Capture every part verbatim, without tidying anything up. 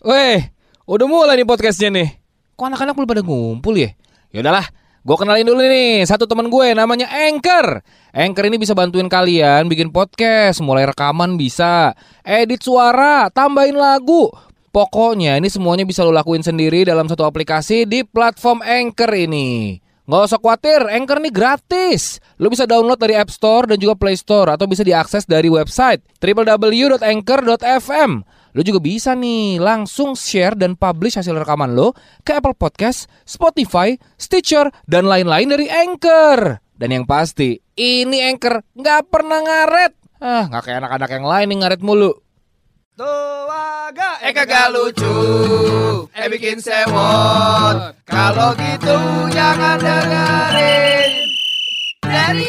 Weh, udah mulai nih podcastnya nih. Kok anak-anak belum pada ngumpul ya? Yaudahlah, gue kenalin dulu nih satu teman gue namanya Anchor. Anchor ini bisa bantuin kalian bikin podcast, mulai rekaman bisa, edit suara, tambahin lagu. Pokoknya ini semuanya bisa lo lakuin sendiri dalam satu aplikasi di platform Anchor ini. Gak usah khawatir, Anchor ini gratis. Lo bisa download dari App Store dan juga Play Store, atau bisa diakses dari website double-u double-u double-u dot anchor dot f m. Lo juga bisa nih langsung share dan publish hasil rekaman lo ke Apple Podcast, Spotify, Stitcher, dan lain-lain dari Anchor. Dan yang pasti, ini Anchor gak pernah ngaret. Ah, gak kayak anak-anak yang lain nih ngaret mulu. Tuh agak Eh kagak lucu, eh bikin sewot. Kalau gitu jangan dengerin dari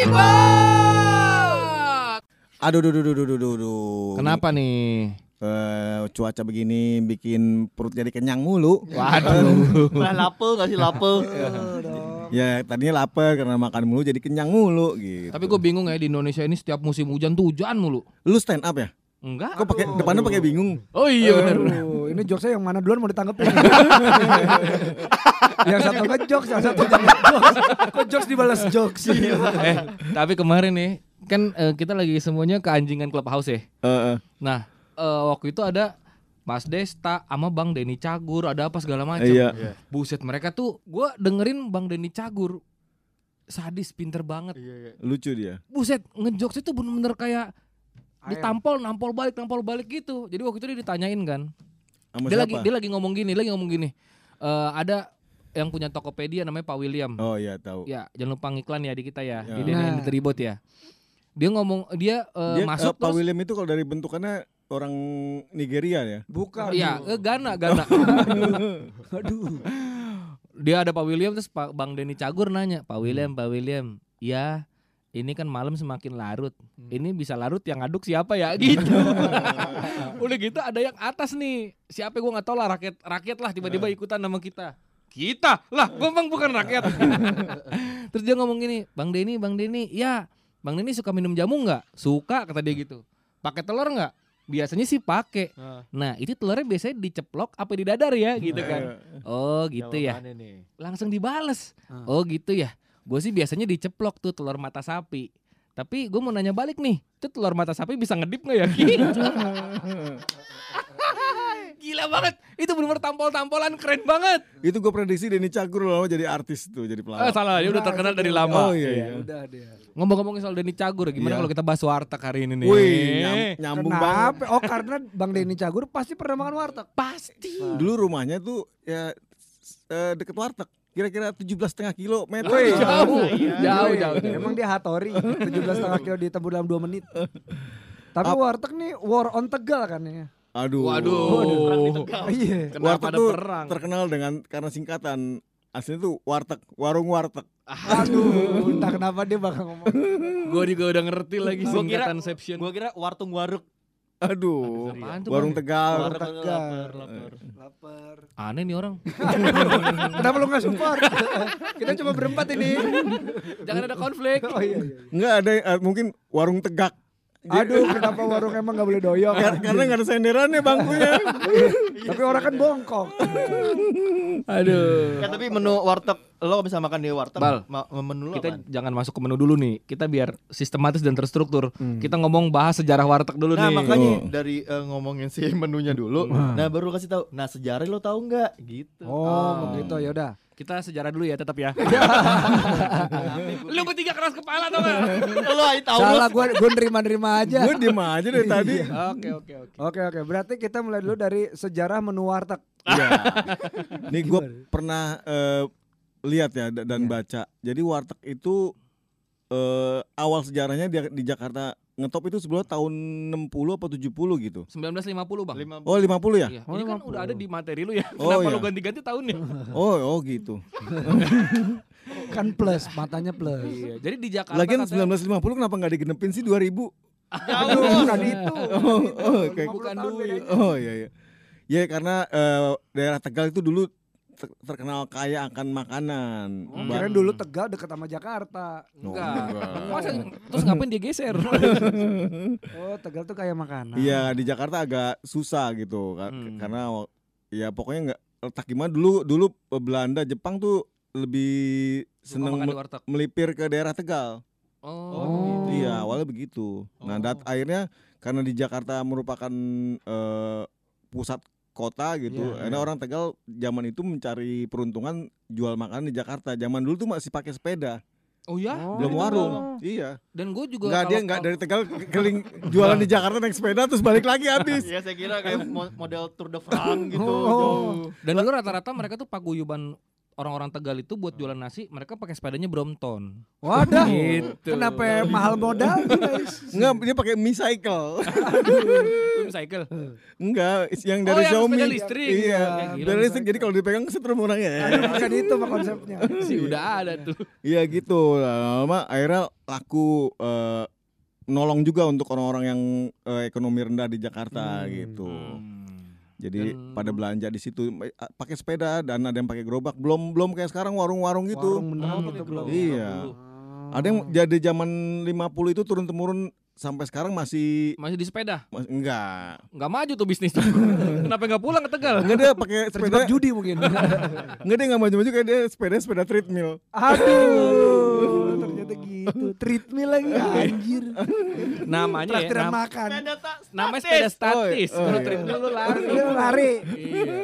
Tribot. Aduh, duh, duh, duh, duh, duh, duh, duh. Kenapa nih? Eh, cuaca begini bikin perut jadi kenyang mulu. Waduh. Nah lapel gak sih lapel? Ya tadinya lapar karena makan mulu jadi kenyang mulu gitu. Tapi gue bingung ya, di Indonesia ini setiap musim hujan tuh hujan mulu. Lu stand up ya? Enggak. Kok pakai depannya pakai bingung? Oh iya benar. Aduh, ini jokesnya yang mana duluan mau ditanggepin? Yang satu ngejokes, yang satu ngejokes. Kok jokes dibalas jokes? Eh, tapi kemarin nih kan eh, kita lagi semuanya keanjingan Clubhouse ya. Heeh. Nah, eh, waktu itu ada Mas Desta sama Bang Denny Cagur, ada apa segala macam. Iya. Buset, mereka tuh gue dengerin Bang Denny Cagur sadis, pinter banget. Lucu dia. Buset, ngejokesnya tuh bener-bener kayak ditampol, nampol balik, nampol balik gitu. Jadi waktu itu dia ditanyain kan. Sama Dia siapa? lagi dia lagi ngomong gini, lagi ngomong gini. Eh, ada yang punya Tokopedia namanya Pak William. Oh iya tahu. Ya, jangan lupa ngiklan ya di kita ya, Ya. di Denny Nah. Tribot ya. Dia ngomong dia, eh, Dia masuk eh, Pak terus. William itu kalau dari bentukannya orang Nigeria ya? Bukan. Iya, eh, Ghana, Ghana. Aduh. Dia ada Pak William, terus Pak Bang Denny Cagur nanya, "Pak William, Pak William, ya ini kan malam semakin larut. Ini bisa larut yang ngaduk siapa ya?" Gitu. Udah gitu ada yang atas nih. Siapa gue nggak tahu lah, rakyat rakyat lah tiba-tiba ikutan nama kita. Kita lah, gue bang bukan rakyat. Terus dia ngomong gini, "Bang Denny, Bang Denny, ya Bang Denny suka minum jamu nggak?" "Suka," kata dia gitu. "Pakai telur nggak?" "Biasanya sih pakai." "Nah itu telurnya biasanya diceplok apa di dadar ya?" Gitu kan. "Oh gitu ya." Langsung dibales. "Oh gitu ya. Gue sih biasanya diceplok tuh telur mata sapi. Tapi gue mau nanya balik nih, itu telur mata sapi bisa ngedip gak ya?" Gitu. Gila banget. Itu bener-bener tampol-tampolan, keren banget. Itu gue prediksi Denny Cagur lama jadi artis tuh, jadi Eh, pelawak. salah, dia udah terkenal dari lama. Oh iya iya. Udah dia. Ngomong-ngomongin soal Denny Cagur, gimana Iya. kalau kita bahas warteg hari ini nih? Wih, nyam- nyambung banget. Kenapa? Oh karena Bang Denny Cagur pasti pernah makan warteg. Pasti. Dulu rumahnya tuh ya eh, deket warteg. Kira-kira tujuh belas setengah kilo meter. Wih, Jauh, Iya. jauh, jauh, jauh. Emang dia Hattori tujuh belas setengah kilo ditempuh dalam dua menit. Tapi Ap- warteg nih war on Tegal kan ya. Aduh. Waduh. Iya. Kenapa Warteg ada tuh perang? terkenal dengan karena singkatan aslinya tuh warteg, warung warteg. Aduh, entah kenapa dia bakal ngomong. Gue juga udah ngerti lagi Gua kira- singkatan Inception. Gua kira wartung waruk. Aduh. Apaan tuh, Warung Bang? Tegal. Warung Tegal. lapar. Lapar. Aneh nih orang. Kenapa lu gak support? Kita cuma berempat ini. Jangan ada konflik. Oh iya iya. Enggak ada eh, mungkin warung tegak. Aduh, kenapa warung emang gak boleh doyok? Kar- karena nggak ada senderannya bangkunya. Tapi orang kan bongkok. Aduh. Ya tapi menu warteg lo bisa makan di warteg. Bal, Ma- menu lo Kita apaan? jangan masuk ke menu dulu nih. Kita biar sistematis dan terstruktur. Kita ngomong bahas sejarah warteg dulu Nah nih. makanya Oh. dari eh, ngomongin si menunya dulu. Nah baru kasih tahu. Nah sejarah lo tahu nggak? Gitu. Oh, begitu ya udah. Kita sejarah dulu ya tetap ya. Lu bertiga keras kepala tau gak? Lo aja tahu. Salah gue gue nerima-nerima aja. Gue diem aja dari tadi. Oke oke oke. Oke oke, berarti kita mulai dulu dari sejarah menu warteg. Iya. Nih gue pernah eh, lihat ya da- dan Iya. baca. Jadi warteg itu eh, awal sejarahnya di, di Jakarta ngetop itu sebelum tahun enam puluh atau tujuh puluh gitu. sembilan belas lima puluh Bang. Lima- Oh lima puluh ya? Iya. Oh, Ini kan lima puluh. udah ada di materi lu ya. Oh, Kenapa iya. lu ganti-ganti tahunnya? Oh oh gitu. Kan plus, matanya plus. Iya. Jadi di Jakarta Lagian katanya- sembilan belas lima puluh kenapa nggak digenepin sih dua ribu? Aduh, bukan itu. Oh, oh, kayak lima puluh bukan tahun duit. bedanya. Oh iya iya. Ya karena eh, daerah Tegal itu dulu ter- terkenal kaya akan makanan. Oh, Ba- kirain dulu Tegal deket sama Jakarta. Oh, Enggak. enggak. Masa terus ngapain dia geser? Oh, Tegal tuh kayak makanan. Iya, di Jakarta agak susah gitu ka- Hmm. karena wa- ya pokoknya nggak letak gimana dulu dulu eh, Belanda Jepang tuh lebih seneng makan di me- warteg. melipir ke daerah Tegal. Oh. Iya, awalnya begitu. Nah, dat akhirnya karena di Jakarta merupakan eh, pusat kota gitu, Iya, akhirnya orang Tegal zaman itu mencari peruntungan jual makanan di Jakarta. Zaman dulu tuh masih pakai sepeda, Oh ya? Oh. belum Dari warung. Tegal. Iya. Dan gue juga Enggak, kalau- dia enggak dari Tegal keliling jualan di Jakarta naik sepeda terus balik lagi habis. Iya saya kira kayak mo- model Tour de France gitu. Oh. jauh. Dan dulu rata-rata mereka tuh paguyuban orang-orang Tegal itu buat jualan nasi, mereka pakai sepedanya Brompton. Wadah. Gitu. Kenapa mahal modal guys? Enggak, dia pakai Mi Cycle. Cycle. Enggak, yang Oh, dari yang Xiaomi. sepeda listrik. Iya, Ya, gila, dari listrik. Jadi kalau dipegang setrum orangnya. Bukan itu mah konsepnya. Sih udah ada tuh. Iya gitu. Lama akhirnya laku eh, nolong juga untuk orang-orang yang eh, ekonomi rendah di Jakarta gitu. Jadi Dan- pada belanja di situ eh, pakai sepeda dan ada yang pakai gerobak. Belum belum kayak sekarang warung-warung gitu. Warung beneran Oh, gitu pakai belum. gerobak. Iya. Ada yang jadi zaman lima puluh itu turun temurun sampai sekarang masih Masih di sepeda. mas- enggak. Nggak maju tuh bisnisnya. Kenapa nggak pulang ke Tegal? Enggak dia pakai sepeda. Terjebak judi mungkin. Enggak dia enggak maju-maju kayak dia sepeda sepeda treadmill. Aduh, ternyata gitu. Treadmill lagi anjir. Namanya ya. Traktiran nam- makan. Sepeda tak namanya sepeda statis. Oh, iya. Oh, Kalau iya. treadmill lu lari. Treadmill lari. Iya.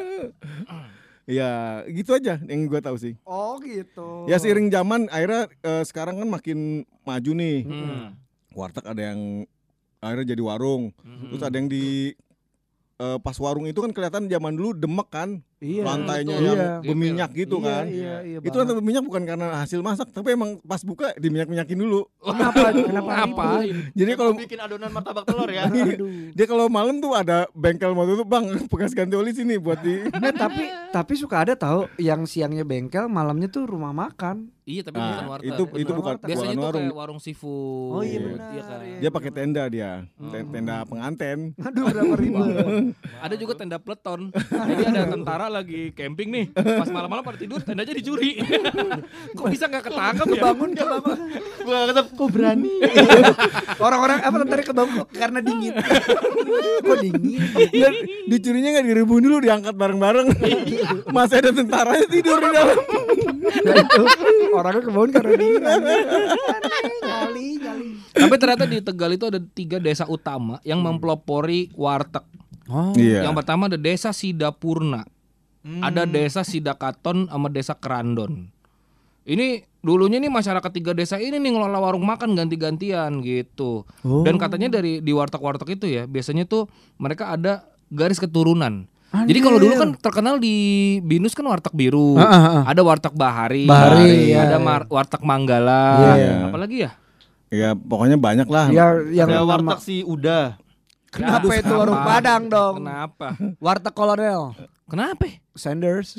Ya gitu aja yang gua tahu sih. Oh gitu. Ya seiring zaman akhirnya eh, sekarang kan makin maju nih. Hmm. Warteg ada yang akhirnya jadi warung. Hmm. Terus ada yang di eh, pas warung itu kan kelihatan zaman dulu demek kan. Iya. Lantainya betul. yang Iya. berminyak gitu Iya, kan. Iya, iya. Itu lantai berminyak bukan karena hasil masak, tapi emang pas buka diminyak-minyakin dulu. Kenapa? Kenapa? Apa? Jadi Yang kalau mau bikin adonan martabak telur ya. Aduh. dia kalau malam tuh ada bengkel mau tutup, "Bang, bekas ganti oli sini buat di." Nah, tapi tapi suka ada tahu yang siangnya bengkel, malamnya tuh rumah makan. Iya tapi Nah, bukan warteg. itu Bukan itu bukan warteg. Biasanya bukan tuh warung. kayak warung seafood. Oh iya Iya. benar. kan. iya. Dia pakai tenda dia, Ten- tenda penganten. Aduh berapa ribu. Ada juga tenda peleton. Jadi ada tentara lagi camping nih. Pas malam-malam pada tidur tendanya dicuri. Kok bisa nggak ketangkep ya? Kebangun, kebangun. Gua kata kok berani. Orang-orang apa tentara kebangun karena dingin. Kok dingin? Dan dicurinya nggak diribuin dulu, diangkat bareng-bareng. Masih ada tentaranya tidur di dalam. Nah, itu orangnya kebangun karena dingin. Aneh, nyali, nyali. Tapi ternyata di Tegal itu ada tiga desa utama yang mempelopori warteg. Oh. Iya. Yang pertama ada desa Sidapurna. Ada desa Sidakaton sama desa Kerandon. Ini dulunya nih masyarakat tiga desa ini nih ngelola warung makan ganti-gantian gitu. Oh. Dan katanya dari di warteg-warteg itu ya, biasanya tuh mereka ada garis keturunan. Anjir. Jadi kalau dulu kan terkenal di Binus kan warteg biru, Ah, ah, ah. ada warteg Bahari, Bahari, ada iya, mar- warteg Manggala, Iya. apalagi ya? Ya pokoknya banyak lah. Ya, yang Ada nama- warteg si Uda. Kenapa Ya, itu warung kenapa? Padang dong? Kenapa? Warteg Kolonel. Kenapa? Sanders.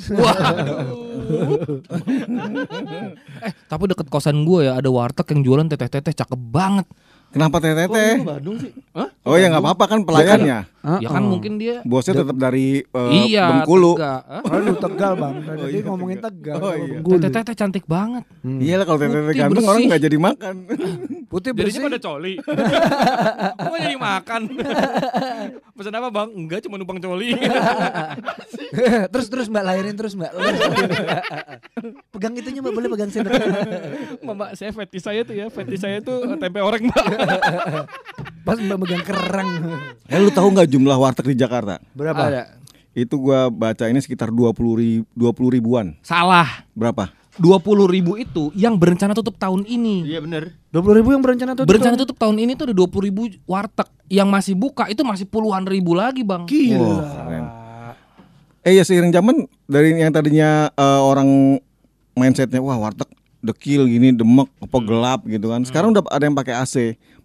Eh, tapi deket kosan gue ya ada warteg yang jualan teteh-teteh cakep banget. Kenapa Kok teteh? lu Bandung sih? Oh ya nggak apa-apa kan pelayannya. Ya kan mungkin dia Bosnya tetap dari eh, iya Bengkulu. Tegak. Hah? Aduh Tegal bang. Tadi Oh, iya, ngomongin Tegal. Tegal. Oh, kalau iya. Bengkulu. Teteh-teteh cantik banget. Iya lah kalau teteh Putih, ganteng bersih. orang nggak jadi makan. Putih Jadinya bersih. pada coli. Kok gak jadi makan? Pesan apa bang? Enggak, cuma numpang coli. terus terus mbak lahirin terus mbak. Pegang itunya mbak, boleh pegang sendok. Mbak, saya fetis saya tuh ya, fetis saya tuh tempe orek mbak. Pas mbak pegang kerang. Eh lu tahu nggak jumlah warteg di Jakarta? Berapa? Ada. Itu gua baca ini sekitar dua puluh ribu, dua puluh ribuan. Salah. Berapa? dua puluh ribu itu yang berencana tutup tahun ini. Iya bener. Dua puluh ribu yang berencana tutup. Berencana tutup tahun ini tuh ada dua puluh ribu warteg. Yang masih buka itu masih puluhan ribu lagi bang. Gila. Wah, keren. Eh ya seiring zaman dari yang tadinya eh, orang mindsetnya wah warteg dekil gini demek apa gelap gitu kan. Sekarang udah ada yang pakai A C.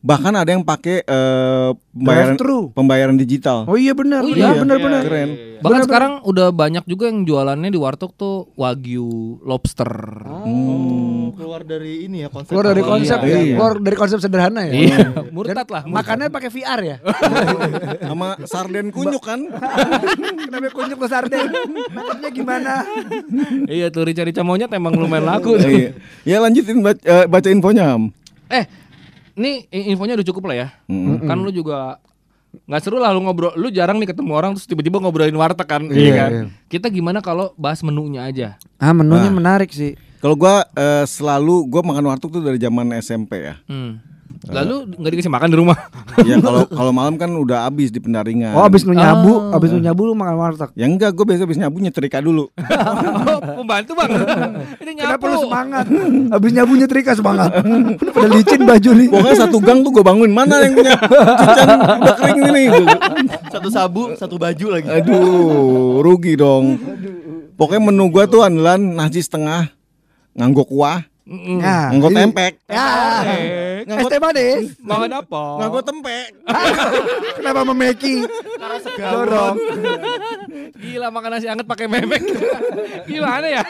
Bahkan ada yang pakai eh, pembayaran Drive-thru. pembayaran digital. Oh iya benar, Oh benar, iya. benar, Iya, benar. iya, Keren. iya, iya. Bahkan Bener-bener. sekarang udah banyak juga yang jualannya di warteg tuh wagyu, lobster. Oh, keluar dari ini ya konsep. Keluar dari awal. konsep iya, ya, iya. keluar dari konsep sederhana ya. Iya, murtad lah. murtad. Makannya pakai V R ya. Sama sarden kunyuk kan. Kenapa kunyuk ke sarden? Nangkepnya gimana? Iya tuh rica-rica monyet emang lumayan laku tuh. Iya. Ya lanjutin baca, eh, baca infonya. Am. Eh, ini infonya udah cukup lah ya. Mm. Kan lu juga nggak seru lah lu ngobrol. Lu jarang nih ketemu orang terus tiba-tiba ngobrolin warteg kan. Iya, Iya kan. iya. Kita gimana kalau bahas menunya aja? Ah menunya Ah. menarik sih. Kalau gua eh, selalu gua makan warteg tuh dari zaman S M P ya. Hmm. Lalu nggak dikasih makan di rumah? Ya kalau kalau malam kan udah habis di Pendaringan. Oh abis lu nyabu, Oh. abis lu nyabu lu makan warteg. Ya enggak, gue biasa habis nyabu nyetrika dulu. Oh, pembantu bang. Ini Kenapa nyapu. lu semangat? Abis nyabu nyetrika semangat. Udah pada licin baju nih. Pokoknya satu gang tuh gue bangun, mana yang punya cucian udah kering ini. Satu sabu, satu baju lagi. Aduh, rugi dong. Pokoknya menu gue tuh andalan nasi setengah, nganggo kuah, Mm-mm. Nah, nganggo ini- tempek, Ya. Es nganggo teh manis. Makan apa? nganggo tempek. Kenapa memeki? Karena Dorong. Gila makan nasi anget pakai memek. Gimana ya?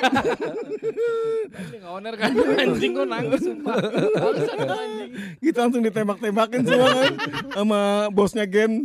Ini nggak owner kan anjing gue nangis sumpah. Bangsat anjing. Gitu langsung ditembak-tembakin semua kan sama bosnya Gen.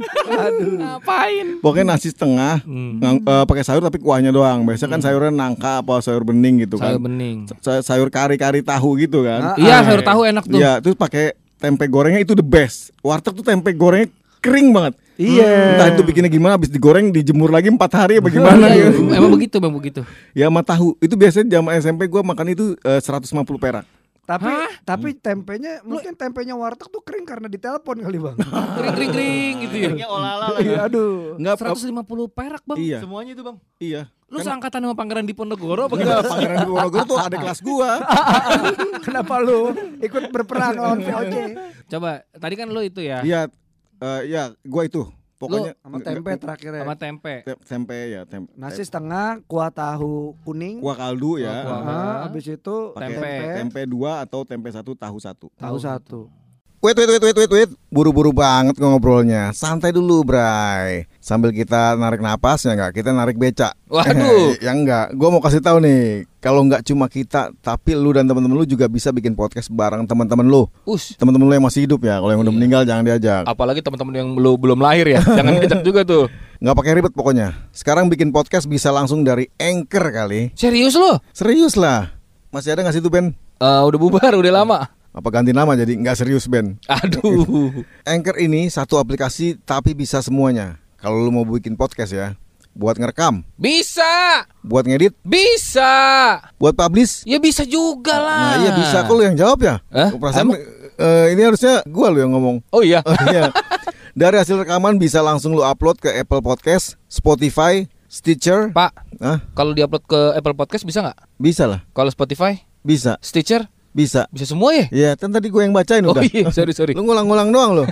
Ngapain? Pokoknya nasi setengah, Hmm. ngang- eh, pakai sayur tapi kuahnya doang. Biasanya kan sayurnya nangka apa sayur bening gitu kan. Sayur bening. Sa- sayur kari-kari tahu gitu kan. Ah, Iya sayur tahu enak tuh. Iya, terus pakai tempe gorengnya itu the best. Warteg tuh tempe gorengnya kering banget. Iya. Entah itu bikinnya gimana, habis digoreng dijemur lagi empat hari apa gimana Iya, gitu. emang begitu, emang begitu. Ya sama tahu. Itu biasanya zaman S M P gue makan itu eh, seratus lima puluh perak. Tapi tapi tempenya mungkin tempenya warteg tuh kering karena ditelepon kali bang. Kering-kering gitu ya. Akhirnya olala lagi. Iya aduh. Enggak seratus lima puluh perak bang. Iya. Semuanya itu bang. Iya. Lu seangkatan sama Pangeran Diponegoro apa Enggak, gimana? Pangeran Diponegoro tuh ada kelas gua. Kenapa lu ikut berperang lawan V O C? Coba, tadi kan lu itu ya. Iya, eh, ya gua itu. Pokoknya Sama tempe terakhir ya. Sama tempe. Tem- tempe ya, tempe. Nasi setengah, kuah tahu kuning. Kuah kaldu ya. Kuah kaldu. Ah, habis itu Pakai tempe. tempe dua atau tempe satu, tahu satu. tahu satu. Wait, wait, wait, wait, wait, wait. Buru-buru banget ngobrolnya. Santai dulu, Bray. Sambil kita narik napas ya enggak? Kita narik beca. Waduh. Ya enggak. Gua mau kasih tahu nih, kalau enggak cuma kita, tapi lu dan teman-teman lu juga bisa bikin podcast bareng teman-teman lu. Us. Teman-teman lu yang masih hidup ya. Kalau yang udah Iya. meninggal jangan diajak. Apalagi teman-teman yang lu belum lahir ya. Jangan diajak juga tuh. Nggak pakai ribet pokoknya. Sekarang bikin podcast bisa langsung dari Anchor kali. Serius lu? Serius lah. Masih ada nggak sih tuh Ben? Eh, udah bubar, udah lama. Apa ganti nama jadi nggak serius Ben? Aduh. Anchor ini satu aplikasi tapi bisa semuanya. Kalau lu mau bikin podcast ya, buat ngerekam, Bisa. buat ngedit, Bisa. buat publish. Ya bisa juga lah. Nah iya bisa. Kok lu yang jawab ya? Hah? Perasaan Emang? eh, ini harusnya gua lu yang ngomong. Oh iya. Oh, iya. Dari hasil rekaman bisa langsung lu upload ke Apple Podcast, Spotify, Stitcher. Pak, Hah? kalau diupload ke Apple Podcast bisa nggak? Bisa lah. Kalau Spotify, Bisa. Stitcher, Bisa. bisa semua ya? Iya, kan tadi gue yang bacain Oh udah. iya, sorry sorry. Lu ngulang-ngulang doang lo.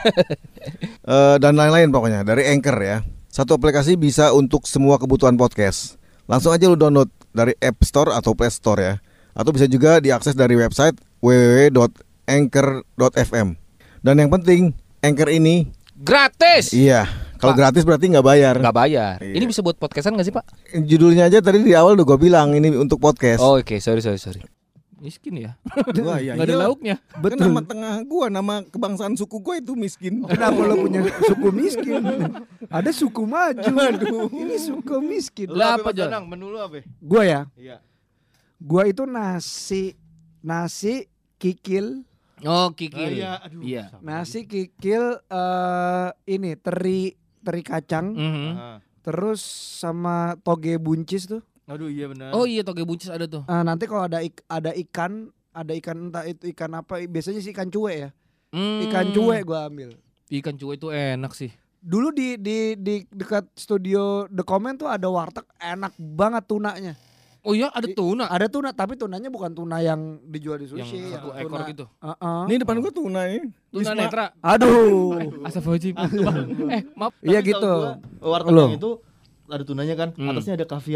Eh, dan lain-lain pokoknya dari Anchor ya. Satu aplikasi bisa untuk semua kebutuhan podcast. Langsung aja lu download dari App Store atau Play Store ya. Atau bisa juga diakses dari website w w w dot anchor dot f m. Dan yang penting, Anchor ini Gratis. iya, kalau Pak. gratis berarti nggak bayar. Nggak bayar. Iya. Ini bisa buat podcastan nggak sih Pak? Judulnya aja tadi di awal udah gue bilang ini untuk podcast. Oh oke, sorry sorry sorry. Miskin ya? Wah, iya, Nggak ada iya. lauknya. Kan nama tengah gua, nama kebangsaan suku gua itu miskin. Kenapa lo punya suku miskin? Ada suku maju. Ini suku miskin. Lu Lah, apa, apa Jon? Janang? Menu lu apa? Gua ya, Iya. gua itu nasi nasi kikil, Oh kikil. Ah, iya, aduh. Iya. nasi kikil eh ini teri teri kacang, Mhm. Ah. terus sama toge buncis tuh. Aduh iya benar. Oh iya toge buncis ada tuh. Ah, nanti kalau ada ik- ada ikan, ada ikan entah itu ikan apa, biasanya sih ikan cuek ya. Hmm. Ikan cuek gua ambil. Ikan cuek itu enak sih. Dulu di di di dekat studio The Comment tuh ada warteg enak banget tunanya. Oh iya ada I- tuna. Ada tuna tapi tunanya bukan tuna yang dijual di Yang sushi. satu yang ekor tuna- gitu. Heeh. Ini depan gua tuna ini. Tuna Wisma. netra. Aduh. Astagfirullahaladzim. eh maaf. Iya Tapi gitu. tahu gua, warteg Loh. yang itu ada tunanya kan, Hmm. atasnya ada kaviar ya.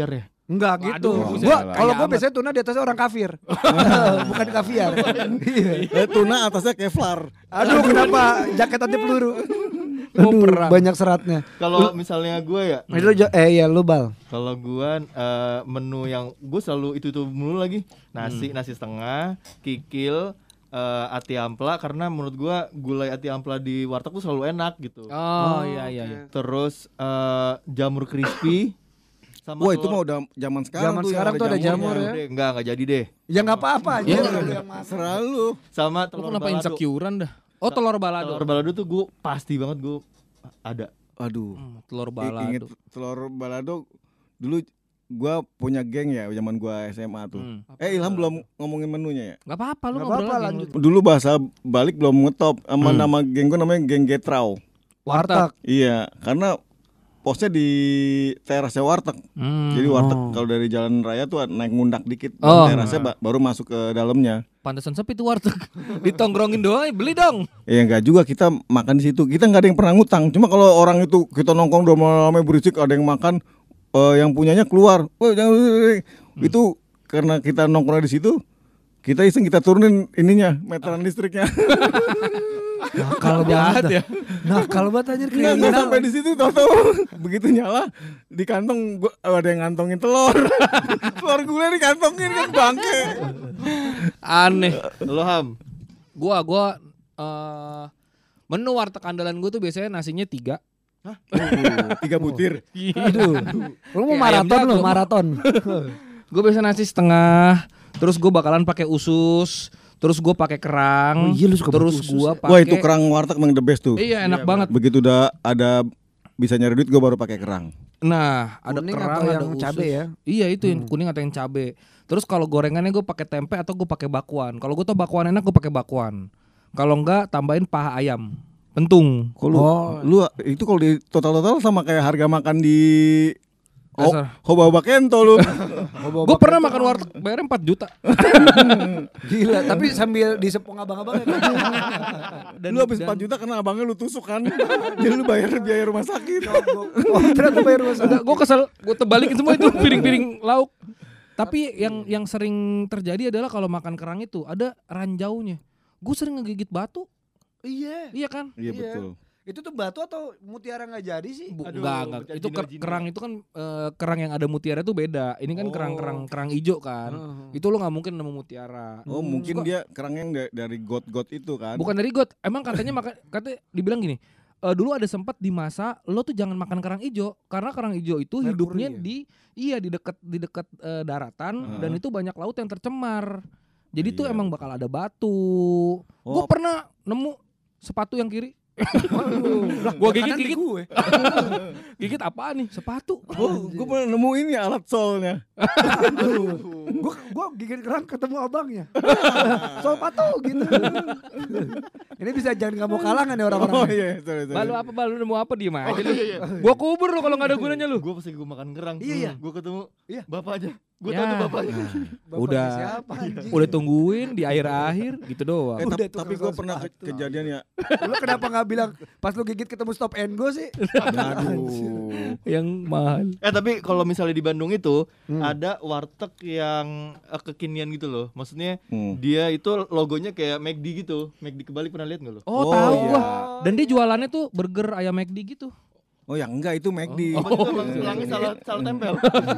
Enggak gitu. Waduh, buset. Gua Kayak kalau gua amat. biasanya tuna di atasnya orang kafir. Bukan kaviar. Iya. Eh, tuna atasnya Kevlar. Aduh, kenapa jaket anti peluru? Mau Aduh, perang. banyak seratnya. Kalau misalnya gue ya, Nah, itu jo- eh ya lu Bal. kalau gue eh, menu yang gue selalu itu itu mulu lagi nasi Hmm. nasi setengah, kikil, eh, ati ampla karena menurut gue gulai ati ampla di warteg tuh selalu enak gitu. Oh, iya iya. iya. Terus eh, jamur crispy. Sama Wah, itu telur- mah udah zaman sekarang Zaman tuh yang sekarang tuh ada jamur Nggak ya. deh, Enggak, enggak jadi deh. Ya enggak apa-apa aja. Ya, Lu yang masak. Selalu. Sama Lu telur kenapa balado. insecurean dah? Oh, telur balado. Telur balado tuh gue pasti banget gue ada. Aduh. Hmm, telur I- Inget balado. telur balado dulu gua punya geng ya zaman gua S M A tuh. Hmm. Eh Ilham belum ngomongin menunya ya? Gak apa-apa lu Nggak ngobrol apa-apa, lagi. lanjut. Dulu bahasa balik belum ngetop sama Hmm. nama geng gua namanya geng Getrau. Warteg. Iya, karena posnya di terasnya warteg. Hmm. Jadi warteg Oh. kalau dari jalan raya tuh naik ngundak dikit, Oh. dan terasnya ba- baru masuk ke dalamnya. Pantesan sepi tuh warteg. Ditongkrongin doang, beli dong. Ya enggak juga kita makan di situ. Kita nggak ada yang pernah ngutang. Cuma kalau orang itu kita nongkrong udah malamnya berisik ada yang makan eh, yang punyanya keluar. Wah, jangan Hmm. itu karena kita nongkrong di situ. Kita iseng kita turunin ininya, meteran listriknya. Nakal banget ya. Nakal banget anjir Enggak, gua kriminal. sampai di situ tahu-tahu begitu nyala di kantong gua ada yang ngantongin telur. Telur gulai dikantongin kan bangke. Aneh. Lo Ham. Gua gua eh menu warteg andalan gua tuh biasanya nasinya tiga. Uh, tiga butir. Aduh. Lu mau Kayak ayam maraton lu, jago. maraton. Gue biasa nasi setengah. Terus gue bakalan pakai usus. Terus gue pakai kerang. Oh iya, lu suka terus pakai usus gue ya? pakai. Wah, itu kerang warteg memang the best tuh. Iya enak banget. Begitu udah ada bisa nyari duit gua baru pakai kerang. Nah ada Kuning kerang, atau ada yang usus. cabe ya? Iya itu yang kuning atau yang cabe. Terus kalau gorengannya gue pakai tempe atau gue pakai bakwan. Kalau gue tau bakwan enak gue pakai bakwan. Kalau enggak tambahin paha ayam. Pentung. Kok lu, Oh. lu itu kalau di total-total sama kayak harga makan di Oh, Dasar. Hoba Bakento lu. Gue pernah makan warteg bayar empat juta. Gila, tapi sambil disepong abang-abang ya. Dan, Lu habis dan- empat juta karena abangnya lu tusuk kan. Jadi lu bayar biaya rumah sakit. Oh, ternyata bayar rumah sakit. Gue kesel, gue tebalikin semua itu piring-piring lauk. Tapi yang yang sering terjadi adalah kalau makan kerang itu ada ranjaunya. Gue sering ngegigit batu, Iya. iya kan? Iya Iya. betul. Itu tuh batu atau mutiara nggak jadi sih? Bu, Aduh, enggak, enggak. bocah Itu ker- jino-jino. kerang itu kan eh, kerang yang ada mutiara itu beda. Ini kan Oh. kerang-kerang kerang hijau kan. Oh. Itu lo nggak mungkin nemu mutiara. Oh, mungkin Suka- dia kerangnya yang da- dari got-got itu kan. Bukan dari got. Emang katanya makan katanya dibilang gini. eh, dulu ada sempat di masa lo tuh jangan makan kerang hijau karena kerang hijau itu Merkuri hidupnya ya? di iya di dekat di dekat eh, daratan Hmm. dan itu banyak laut yang tercemar. Jadi tuh Iya, emang bakal ada batu. Gue Oh. pernah nemu sepatu yang kiri. Gua gigit gigit. gue. Gigit apa nih? Sepatu. Oh, gue pernah nemu ini alat solnya. Gue gue gigit kerang ketemu abangnya. Soal patu gitu. Ini bisa jangan nggak mau kalangan ya orang-orang. Oh iya, sorry, sorry. Balu apa balu nemu apa diem aja lu. iya, iya. Gua kubur lu kalau nggak ada gunanya lu. Gue pasti gue makan kerang. Iya, iya. Gue ketemu. Iya. Bapak aja. Gue Ya. tahu tuh bapaknya. Bapaknya Udah. siapa, anjing? Udah tungguin di akhir-akhir gitu doang. Eh, Udah tap- tuh tapi gue kerang pernah ke- sepatu. kejadian ya. Lu kenapa nggak bilang pas lu gigit ketemu stop and go sih? Aduh. Yang mahal. Eh tapi kalau misalnya di Bandung itu Hmm. ada warteg yang eh, kekinian gitu loh. Maksudnya Hmm. dia itu logonya kayak McD gitu. McD kebalik pernah lihat nggak lo? Oh, Oh, tahu iya. gua. Dan dia jualannya tuh burger ayam McD gitu. Oh ya enggak itu McD. Oh, itu emang tulangnya salah salah tempel.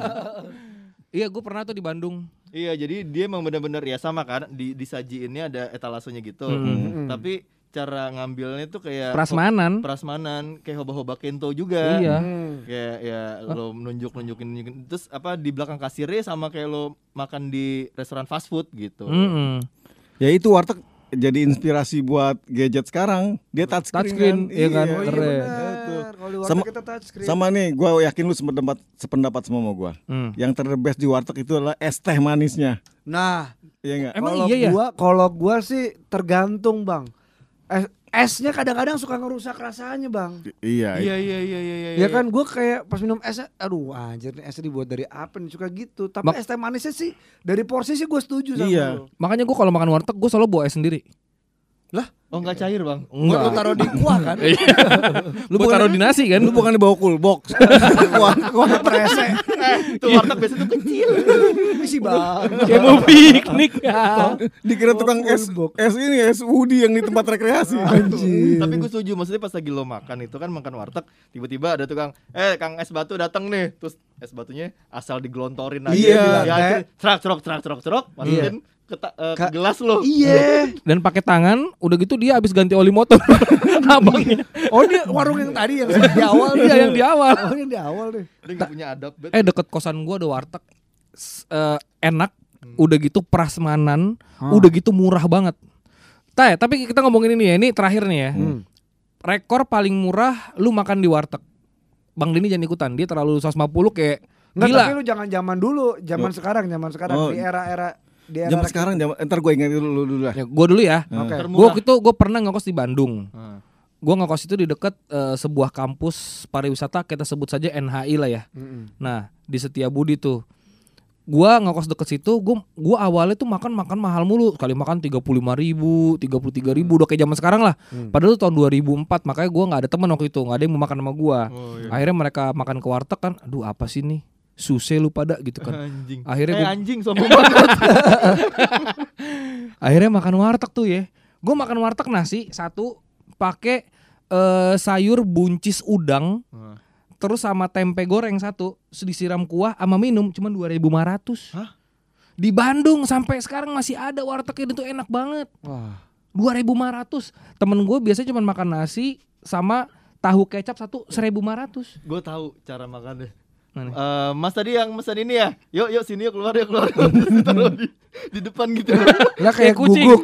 Iya, gue pernah tuh di Bandung. Iya, jadi dia emang benar-benar ya sama kan di disajiinnya ada etalasenya gitu. Hmm. Tapi cara ngambilnya tuh kayak Prasmanan. prasmanan kayak hoba-hoba kento juga. Iya. Hmm. Kayak ya lo nunjuk nunjukin nunjukin terus apa di belakang kasirnya sama kayak lo makan di restoran fast food gitu. Mm-mm. Ya itu warteg jadi inspirasi buat gadget sekarang. Dia touchscreen, Touchscreen, kan? iya kan? Oh iya Keren. benar. Kalau di warteg Sama- kita touchscreen. Sama nih, gue yakin lu sependapat sependapat sama sama gue. Hmm. Yang terbest di warteg itu adalah es teh manisnya. Nah, Iya enggak? Emang kalau iya ya? gua kalau gua sih tergantung, Bang. Es, esnya kadang-kadang suka ngerusak rasanya, Bang. Iya. Iya iya iya iya iya. Ya kan gua kayak pas minum es, aduh anjir nih esnya dibuat dari apa nih, suka gitu. Tapi Mak- es teh manisnya sih dari porsi sih gue setuju sama Iya. lu. Makanya gue kalau makan warteg gue selalu bawa es sendiri. Lah, Oh enggak cair bang? buat lu taruh di kuah kan? Lu buat taruh di nasi kan? Lu bukan dibawa cool box. Kuah, kuah prese. Tuh warteg biasa tuh kecil. Misi bang. Kayak mau piknik. Dikira tukang es es ini es Woody yang di tempat rekreasi. Anjir. Tapi gue setuju, maksudnya pas lagi lo makan itu kan makan warteg, tiba-tiba ada tukang, eh Kang es batu datang nih, terus es batunya asal digelontorin aja, Iya. ya, cerak cerak cerak cerak cerak, masukin ke, ta- eh, ke Ka- gelas lo. Iya. Dan pakai tangan, udah gitu dia habis ganti oli motor. Abangnya. Oh dia warung yang tadi yang di awal. Iya, yang di awal. Oh yang di awal deh. Dia nggak punya adab, bet. Eh deket kosan gua ada warteg S- eh, enak, udah gitu prasmanan, udah gitu murah banget. Tay, tapi kita ngomongin ini ya, ini terakhir nih ya. Hmm. Rekor paling murah lu makan di warteg. Bang Dini jangan ikutan, dia terlalu seratus lima puluh kayak Nggak, gila. tapi lu jangan zaman dulu, zaman sekarang, zaman sekarang Oh. di era-era di era Jam sekarang jam ntar gue ingat dulu dulu lah. Ya, gua dulu ya. Oke. Termurah. Gua waktu itu gua pernah ngekos di Bandung. Hmm. Gua ngekos itu di dekat eh, sebuah kampus pariwisata, kita sebut saja N H I lah ya. Mm-mm. Nah, di Setiabudi tuh. Gua ngekos deket situ, gua gua awalnya tuh makan makan mahal mulu. Sekali makan tiga puluh lima ribu, tiga puluh tiga ribu, udah kayak zaman sekarang lah. Hmm. Padahal itu tahun dua ribu empat, makanya gua nggak ada teman waktu itu, nggak ada yang mau makan sama gua. Oh, iya. Akhirnya mereka makan ke warteg kan, aduh apa sih nih? Suse lu pada gitu kan. Anjing. Akhirnya eh gua- anjing sombong banget. Akhirnya makan warteg tuh ya. Gua makan warteg nasi satu pakai eh, sayur buncis udang. Hmm. Terus sama tempe goreng satu, terus disiram kuah sama minum cuma dua ribu lima ratus. Hah? Di Bandung sampai sekarang masih ada warteg itu enak banget. Wah. dua ribu lima ratus. Temen gue biasanya cuma makan nasi sama tahu kecap satu seribu lima ratus. Gue tahu cara makannya. Mana? Eh, mas tadi yang pesan ini ya, yuk yuk sini yuk keluar yuk keluar. Terus taruh di, di depan gitu. Lah kayak kucing. guguk.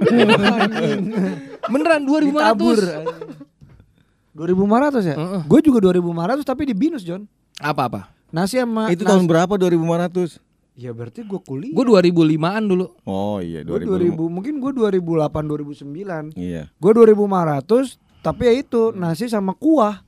Beneran dua ribu lima Ditabur. ratus. dua ribu lima ratus ya? Heeh. Gue juga dua ribu lima ratus tapi di binus, John. Apa-apa? Nasi sama Itu nasi. tahun berapa dua ribu lima ratus? Ya berarti gue kuliah. Gue dua ribu limaan dulu. Oh iya Gue dua ribu. dua ribu, mungkin gue dua ribu delapan dua ribu sembilan. Iya. Gue dua ribu lima ratus tapi ya itu nasi sama kuah.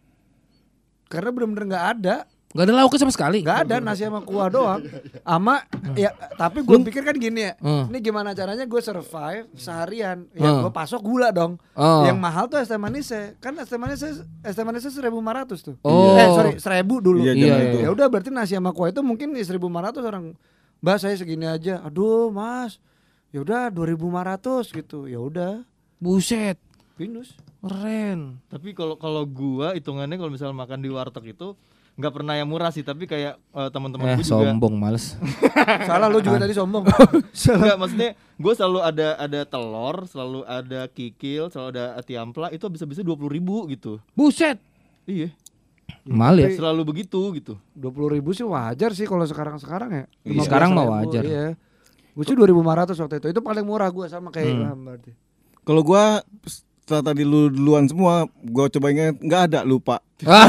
Karena bener-bener nggak ada, Gak ada lauknya sama sekali. nggak ada nasi sama kuah doang. Ama ya tapi gue pikir kan gini ya. Hmm. Ini gimana caranya gue survive seharian? Ya Hmm. gue pasok gula dong. Oh. Yang mahal tuh es teh manisnya. Kan es teh manisnya es teh manisnya seribu lima ratus tuh. Oh. Eh sorry seribu dulu. Iya, Iya, zaman iya. itu. Ya udah berarti nasi sama kuah itu mungkin seribu lima ratus orang. Mbak saya segini aja. Aduh mas. Ya udah dua ribu lima ratus gitu. Ya udah. Buset, Pinus. keren. Tapi kalau kalau gua hitungannya kalau misalnya makan di warteg itu nggak pernah yang murah sih, tapi kayak eh, teman-teman Eh gue juga sombong males. Salah lu juga tadi sombong. enggak, maksudnya gue selalu ada ada telur, selalu ada kikil, selalu ada ati ampla, itu bisa-bisa dua puluh ribu gitu. Buset. Iya, Mal ya. selalu begitu gitu. dua puluh ribu sih wajar sih kalau sekarang-sekarang ya. Iya. Sekarang mah lima belas ribu, wajar. Iya. Gue sih dua ribu lima ratus waktu itu. Itu paling murah gue sama kayak Hmm. Ilham berarti. Kalau gua setelah tadi lu duluan semua, gua coba ingat nggak ada lupa.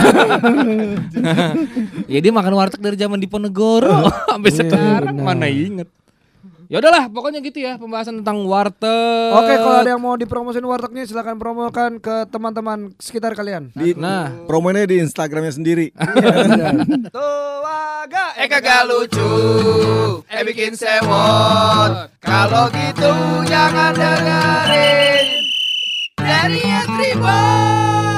Ya dia makan warteg dari zaman Diponegoro sampai Iya, sekarang benar. mana inget. Ya udahlah, pokoknya gitu ya pembahasan tentang warteg. Oke, kalau ada yang mau dipromosin wartegnya silakan promokan ke teman-teman sekitar kalian. Di, Nah. promonya di Instagramnya sendiri. Tuh, agak Eh kagak lucu, eh bikin sewot. Kalau gitu jangan dengerin dari Tribun.